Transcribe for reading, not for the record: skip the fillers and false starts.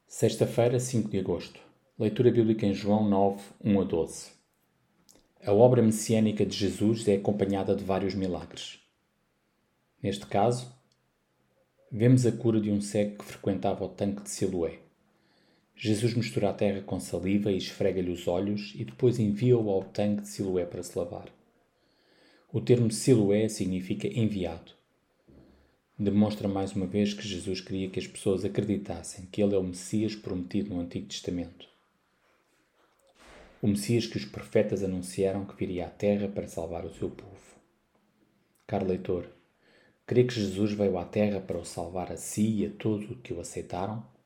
Sexta-feira, 5 de agosto. Leitura bíblica em João 9, 1 a 12. A obra messiânica de Jesus é acompanhada de vários milagres. Neste caso, vemos a cura de um cego que frequentava o tanque de Siloé. Jesus mistura a terra com saliva e esfrega-lhe os olhos e depois envia-o ao tanque de Siloé para se lavar. O termo Siloé significa enviado. Demonstra mais uma vez que Jesus queria que as pessoas acreditassem que ele é o Messias prometido no Antigo Testamento. O Messias que os profetas anunciaram que viria à Terra para salvar o seu povo. Caro leitor, crê que Jesus veio à Terra para o salvar a si e a todos os que o aceitaram?